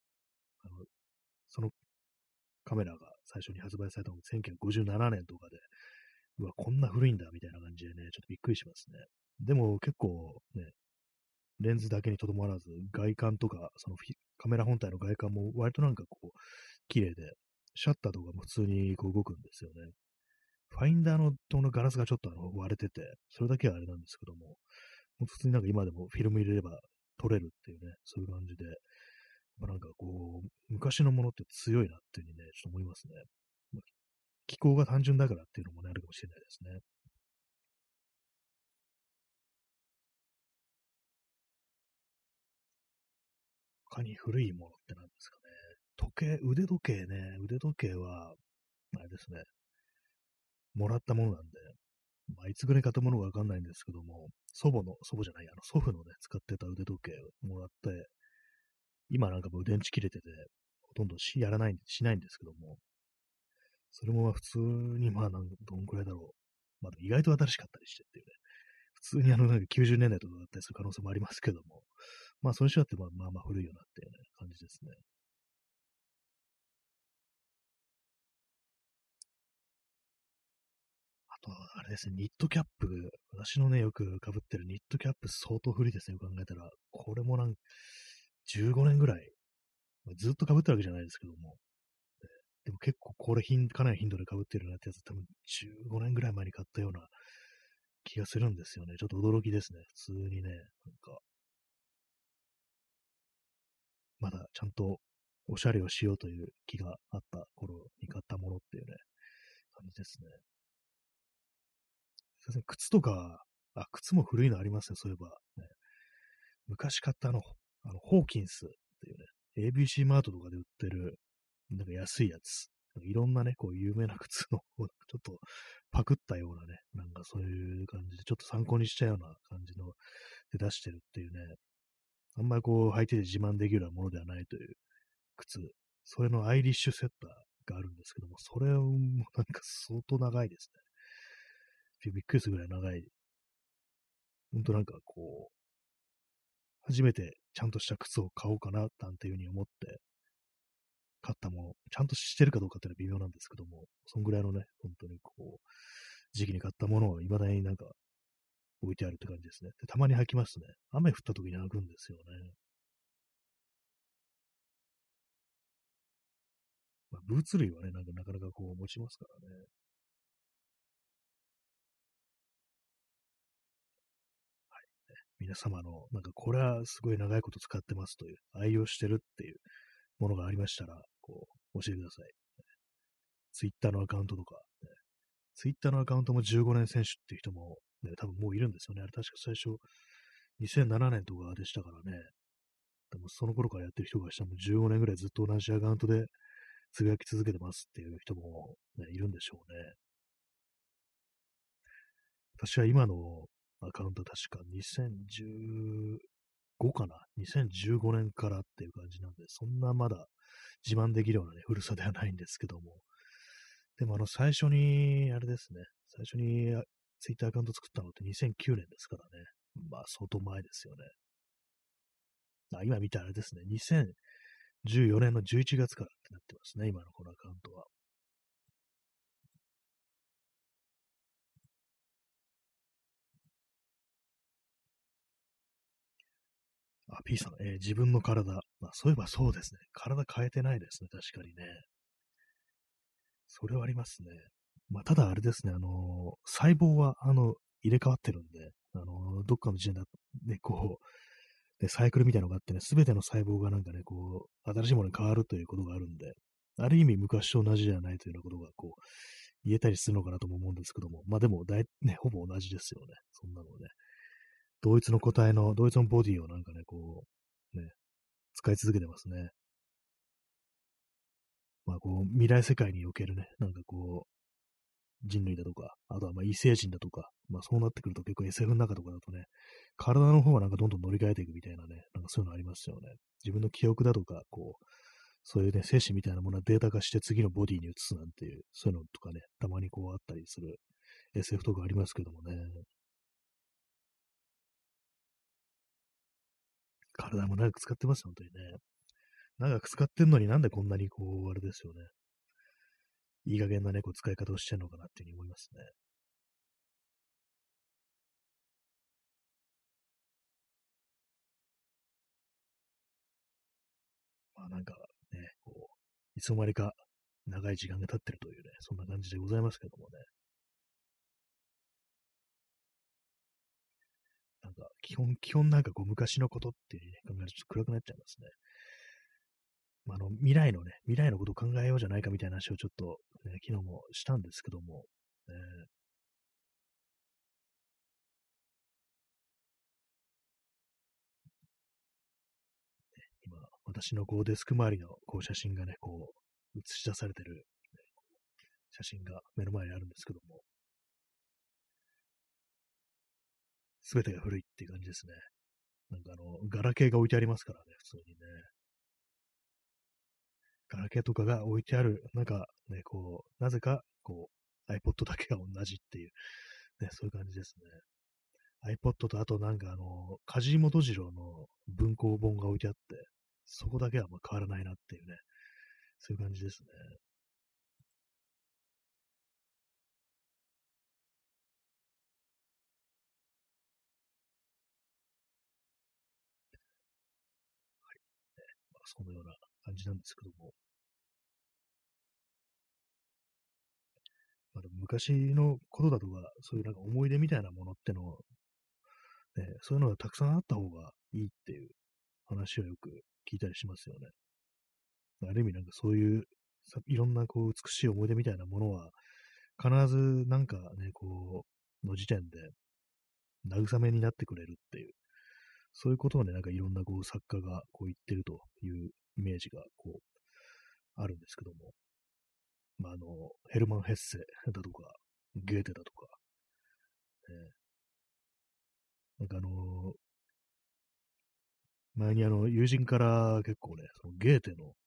そのカメラが最初に発売されたのが1957年とかで、うわ、こんな古いんだ、みたいな感じでね、ちょっとびっくりしますね。でも結構ね、レンズだけにとどまらず、外観とか、そのカメラ本体の外観も割となんかこう、綺麗で、シャッターとかも普通にこう動くんですよね。ファインダーのとのガラスがちょっと割れてて、それだけはあれなんですけども、普通になんか今でもフィルム入れれば撮れるっていうね、そういう感じで、まあ、なんかこう、昔のものって強いなっていうふうにね、ちょっと思いますね。まあ、気候が単純だからっていうのもね、あるかもしれないですね。他に古いものって何ですかね。腕時計は、あれですね、もらったものなんで、まあ、いつぐらい買ったものかわかんないんですけども、祖母じゃない、祖父のね、使ってた腕時計をもらって、今なんかもう電池切れてて、ほとんどしないんですけども、それもまあ普通にまあどんくらいだろう。まあ意外と新しかったりしてっていうね、普通になんか90年代とかだったりする可能性もありますけども、まあそれにしたってまあまあ古いよなっていうね、感じですね。あとはあれですね、ニットキャップ。私のね、よく被ってるニットキャップ相当古いですね、よく考えたら。これも15年ぐらい、まあずっと被ってるわけじゃないですけども、でも結構これかなり頻度で被ってるなってやつ、多分15年ぐらい前に買ったような気がするんですよね。ちょっと驚きですね。普通にね、なんか、まだちゃんとおしゃれをしようという気があった頃に買ったものっていうね、感じですね。すいません、靴とか、靴も古いのありますね、そういえば。ね、昔買ったホーキンスっていうね、ABC マートとかで売ってる、なんか安いやつ。いろんなね、こう有名な靴の、ちょっとパクったようなね、なんかそういう感じで、ちょっと参考にしたような感じので出してるっていうね、あんまりこう履いてて自慢できるようなものではないという靴、それのアイリッシュセッターがあるんですけども、それもなんか相当長いですね。びっくりするぐらい長い。ほんとなんかこう、初めてちゃんとした靴を買おうかな、なんていうふうに思って買ったもの、ちゃんとしてるかどうかっていうのは微妙なんですけども、そんぐらいのね、本当にこう、時期に買ったものを未だになんか置いてあるって感じですね。で、たまに履きますね。雨降った時に履くんですよね。まあ、ブーツ類はね、なんかなかなかこう持ちますからね。皆様の、なんかこれはすごい長いこと使ってますという、愛用してるっていうものがありましたら、こう、教えてください。ツイッターのアカウントとか、ね、ツイッターのアカウントも15年選手っていう人も、ね、多分もういるんですよね。あれ確か最初、2007年とかでしたからね。でもその頃からやってる人がしたらもう15年ぐらいずっと同じアカウントでつぶやき続けてますっていう人も、ね、いるんでしょうね。私は今のアカウントは確か2015かな ?2015 年からっていう感じなんで、そんなまだ自慢できるようなね、古さではないんですけども。でも最初に、あれですね、最初にツイッターアカウント作ったのって2009年ですからね。まあ相当前ですよね。今見たらあれですね、2014年の11月からってなってますね、今のこのアカウントは。P さん、自分の体。そういえばそうですね。体変えてないですね。確かにね。それはありますね。ただあれですね。細胞は、入れ替わってるんで、どっかの時点で、ね、こう、サイクルみたいなのがあってね、すべての細胞がなんかね、こう、新しいものに変わるということがあるんで、ある意味昔と同じじゃないというようなことが、こう、言えたりするのかなとも思うんですけども、でも、ね、ほぼ同じですよね。そんなのね。同一のボディをなんかね、こう、ね、使い続けてますね。こう、未来世界におけるね、なんかこう、人類だとか、あとは異星人だとか、そうなってくると結構 SF の中とかだとね、体の方はなんかどんどん乗り換えていくみたいなね、なんかそういうのありますよね。自分の記憶だとか、こう、そういうね、精神みたいなものはデータ化して次のボディに移すなんていう、そういうのとかね、たまにこうあったりする SF とかありますけどもね、体も長く使ってます、本当にね。長く使ってんのになんでこんなにこう、あれですよね。いい加減なね、こう使い方をしてんのかなっていうふうに思いますね。なんかね、こう、いつの間にか長い時間が経ってるというね、そんな感じでございますけどもね。なんか、基本なんかこう昔のことっていうね、考えるとちょっと暗くなっちゃいますね。未来のことを考えようじゃないかみたいな話をちょっと、ね、昨日もしたんですけども、今、私のこうデスク周りのこう写真がね、こう、映し出されてる、ね、写真が目の前にあるんですけども、すべてが古いっていう感じですね。なんかガラケーが置いてありますからね、普通にね。ガラケーとかが置いてある、なんかね、こう、なぜか、こう、iPod だけが同じっていう、ね、そういう感じですね。iPod とあとなんか梶井元次郎の文庫本が置いてあって、そこだけは変わらないなっていうね、そういう感じですね。そのような感じなんですけども。でも昔のことだとか、そういうなんか思い出みたいなものってのを、ね、そういうのがたくさんあった方がいいっていう話をよく聞いたりしますよね。ある意味なんかそういういろんなこう美しい思い出みたいなものは、必ずなんかね、こう、の時点で慰めになってくれるっていう、そういうことをね、なんかいろんなこう作家がこう言ってるというイメージがこうあるんですけども、ヘルマン・ヘッセだとか、ゲーテだとか、ね、なんか前に友人から結構ね、そのゲーテの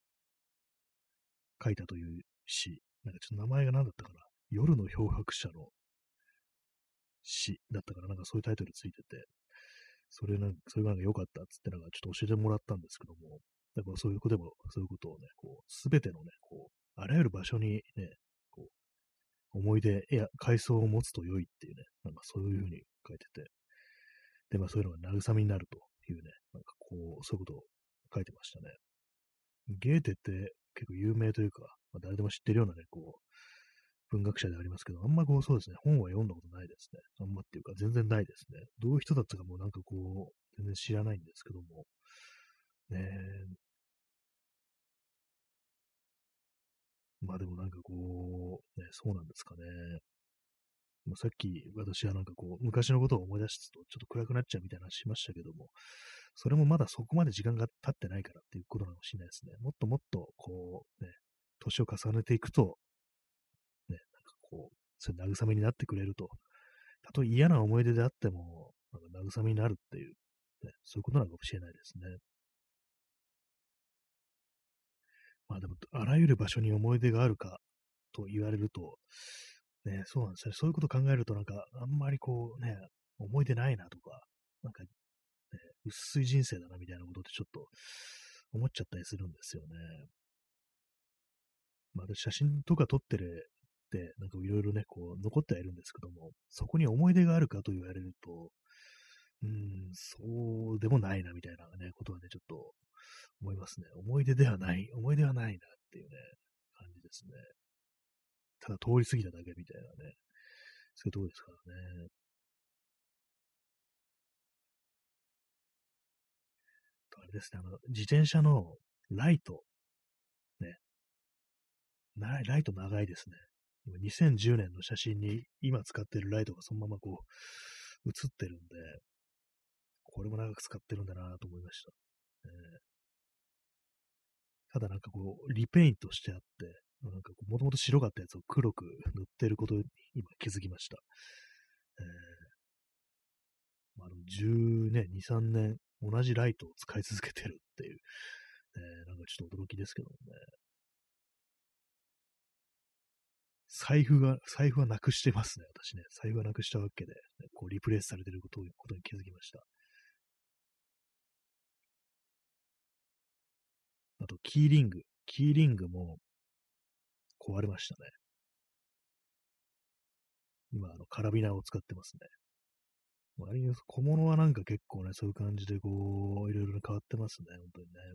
書いたという詩、なんかちょっと名前が何だったかな、夜の漂白者の詩だったから、なんかそういうタイトルついてて、それがなんか良かったっつってなんかちょっと教えてもらったんですけども、だからそういうことでも、そういうことをね、こう、すべてのね、こう、あらゆる場所にね、こう、思い出や階層を持つと良いっていうね、なんかそういうふうに書いてて、で、まあそういうのが慰めになるというね、なんかこう、そういうことを書いてましたね。ゲーテって結構有名というか、まあ、誰でも知ってるようなね、こう、文学者でありますけど、あんまこうそうですね、本は読んだことないですね。あんまっていうか全然ないですね。どういう人だったかもなんかこう、全然知らないんですけども、ねえ、まあでもなんかこう、ね、そうなんですかね。まあ、さっき私はなんかこう、昔のことを思い出すとちょっと暗くなっちゃうみたいな話しましたけども、それもまだそこまで時間が経ってないからっていうことなのかもしれないですね。もっともっとこう、ね、年を重ねていくと、ね、なんかこう、そういう慰めになってくれると。たとえ嫌な思い出であっても、なんか慰めになるっていう、ね、そういうことなのかもしれないですね。まあでも、あらゆる場所に思い出があるかと言われると、ね、そうなんですね。そういうことを考えると、なんか、あんまりこうね、思い出ないなとか、なんかね、薄い人生だなみたいなことってちょっと思っちゃったりするんですよね。まあ、で写真とか撮ってるって、なんかいろいろね、こう、残ってはいるんですけども、そこに思い出があるかと言われると、そうでもないなみたいなね、ことはね、ちょっと思いますね。思い出はないなっていうね、感じですね。ただ通り過ぎただけみたいなね、そういうとこですからね。あれですね、自転車のライト、ね、ライト長いですね。今2010年の写真に今使ってるライトがそのままこう映ってるんで、これも長く使ってるんだなと思いました。ただなんかこう、リペイントしてあって、なんかもともと白かったやつを黒く塗ってることに今気づきました。え10年、2、3年、同じライトを使い続けてるっていう、なんかちょっと驚きですけどもね。財布はなくしてますね、私ね。財布はなくしたわけで、こう、リプレイスされてることに気づきました。あと、キーリング。キーリングも壊れましたね。今、カラビナを使ってますね。割に小物はなんか結構ね、そういう感じでこう、いろいろ変わってますね、本当にね。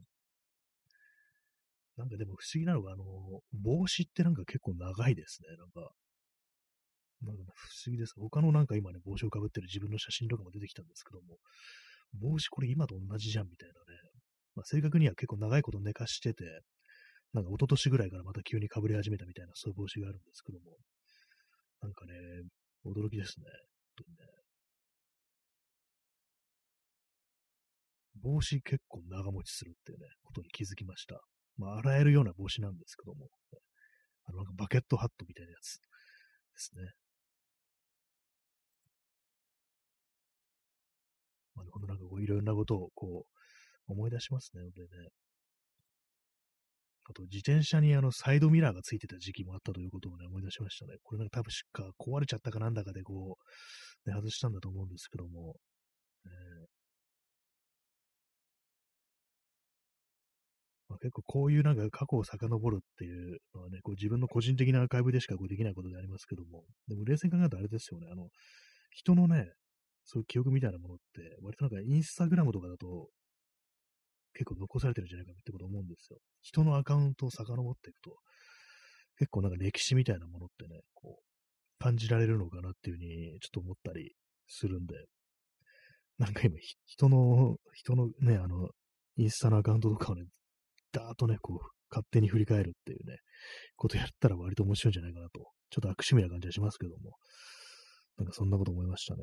なんかでも不思議なのが、帽子ってなんか結構長いですね。なんか不思議です。他のなんか今ね、帽子をかぶってる自分の写真とかも出てきたんですけども、帽子これ今と同じじゃんみたいなね。まあ、正確には結構長いこと寝かしてて、なんか一昨年ぐらいからまた急に被り始めたみたいなそういう帽子があるんですけども、なんかね、驚きですね。本当にね、帽子結構長持ちするっていうね、ことに気づきました。まあ、洗えるような帽子なんですけども、なんかバケットハットみたいなやつですね。まあ、ほんとなんかこういろんなことをこう思い出しますね、本当にね。あと自転車にサイドミラーがついてた時期もあったということをね、思い出しましたね。これなんか多分壊れちゃったかなんだかでこう、ね、外したんだと思うんですけども、まあ、結構こういうなんか過去を遡るっていうのはね、こう自分の個人的なアーカイブでしかこうできないことでありますけども、でも冷静に考えるとあれですよね、人のね、そういう記憶みたいなものって、割となんかインスタグラムとかだと結構残されてるんじゃないかってことを思うんですよ。人のアカウントを遡っていくと、結構なんか歴史みたいなものってね、こ感じられるのかなっていうふうにちょっと思ったりするんで、なんか今、人のね、インスタのアカウントとかをね、ダーッとね、こう、勝手に振り返るっていうね、ことやったら割と面白いんじゃないかなと、ちょっと悪趣味な感じはしますけども、なんかそんなこと思いましたね。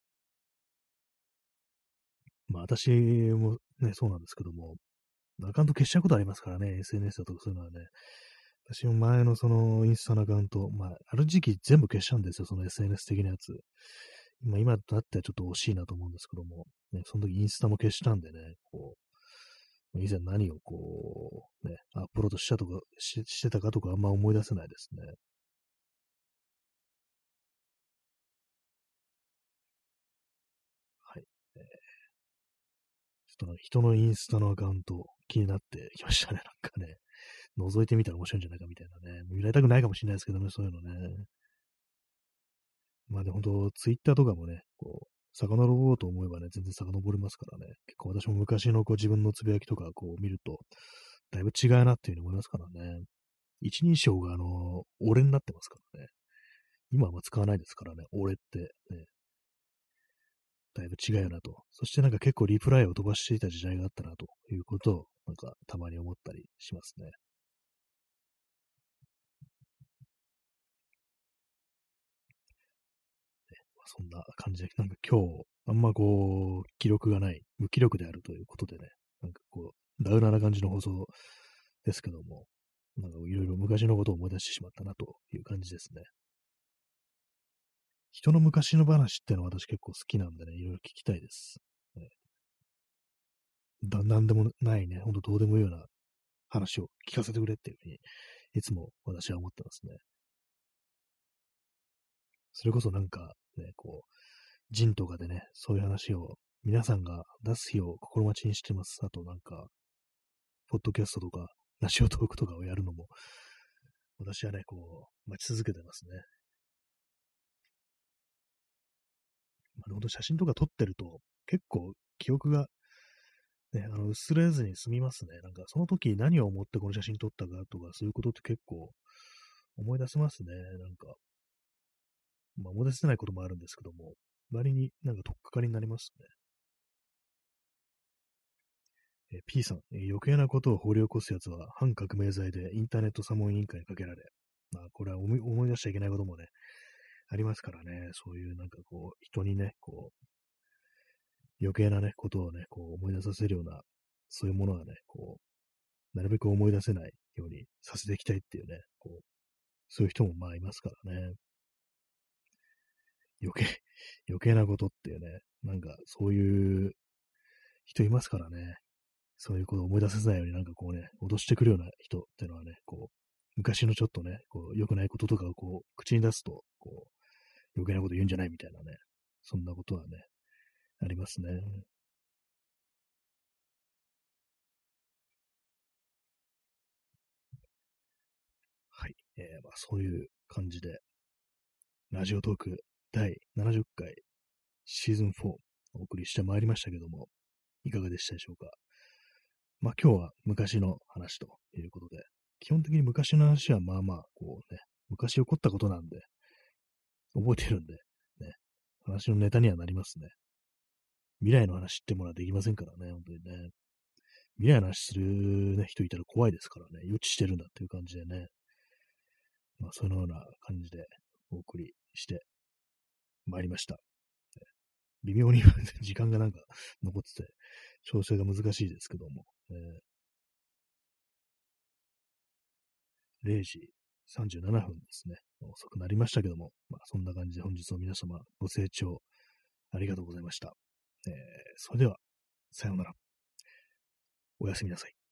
まあ私もね、そうなんですけども、アカウント消しちゃうことありますからね、SNS だとかそういうのはね。私も前のそのインスタのアカウント、まあ、ある時期全部消しちゃうんですよ、その SNS 的なやつ。今だってはちょっと惜しいなと思うんですけども、ね、その時インスタも消したんでね、こう、以前何をこう、ね、アップロードしたとかしてたかとかあんま思い出せないですね。はい。えーちょっと人のインスタのアカウント気になってきましたね、なんかね。覗いてみたら面白いんじゃないかみたいなね。見られたくないかもしれないですけどね、そういうのね。まあで、本当ツイッターとかもね、こう、遡ろうと思えばね、全然遡れますからね。結構私も昔のこう自分のつぶやきとかこう見ると、だいぶ違うなっていうふうに思いますからね。一人称が俺になってますからね。今はまあ使わないですからね、俺ってね、だいぶ違うよなと。そしてなんか結構リプライを飛ばしていた時代があったなということを、なんかたまに思ったりしますね。まあ、そんな感じで、なんか今日、あんまこう、記録がない、無気力であるということでね、なんかこう、ダウナーな感じの放送ですけども、なんかいろいろ昔のことを思い出してしまったなという感じですね。人の昔の話っていうのは私結構好きなんでね、いろいろ聞きたいです。ねなんでもないね、ほんとどうでもいいような話を聞かせてくれっていうふうに、いつも私は思ってますね。それこそなんか、ね、こう、ジンとかでね、そういう話を皆さんが出す日を心待ちにしてます。あとなんか、ポッドキャストとか、ラジオトークとかをやるのも、私はね、こう、待ち続けてますね。ほんと写真とか撮ってると、結構記憶がね、薄れずに済みますね。なんか、その時何を思ってこの写真撮ったかとか、そういうことって結構思い出せますね。なんか、まあ、思い出せないこともあるんですけども、割になんか取っかかりになりますね。P さん、余計なことを掘り起こすやつは反革命罪でインターネット査問委員会にかけられ、まあ、これは思い出しちゃいけないこともね、ありますからね、そういうなんかこう、人にね、こう、余計なね、ことをね、こう思い出させるような、そういうものはね、こう、なるべく思い出せないようにさせていきたいっていうね、こう、そういう人もまあいますからね。余計、余計なことっていうね、なんかそういう人いますからね。そういうことを思い出させないようになんかこうね、脅してくるような人っていうのはね、こう、昔のちょっとね、こう、良くないこととかをこう、口に出すと、こう、余計なこと言うんじゃないみたいなね、そんなことはね、ありますね。はい。まあそういう感じで、ラジオトーク第70回シーズン4お送りしてまいりましたけども、いかがでしたでしょうか。まあ今日は昔の話ということで、基本的に昔の話はまあまあ、こうね、昔起こったことなんで、覚えてるんで、ね、話のネタにはなりますね。未来の話ってものはできませんからね、本当にね。未来の話する、ね、人いたら怖いですからね、予知してるんだっていう感じでね、まあそのような感じでお送りしてまいりました。微妙に時間がなんか残ってて、調整が難しいですけども、0時37分ですね。遅くなりましたけども、まあ、そんな感じで本日も皆様ご清聴ありがとうございました。それでは、さようなら。おやすみなさい。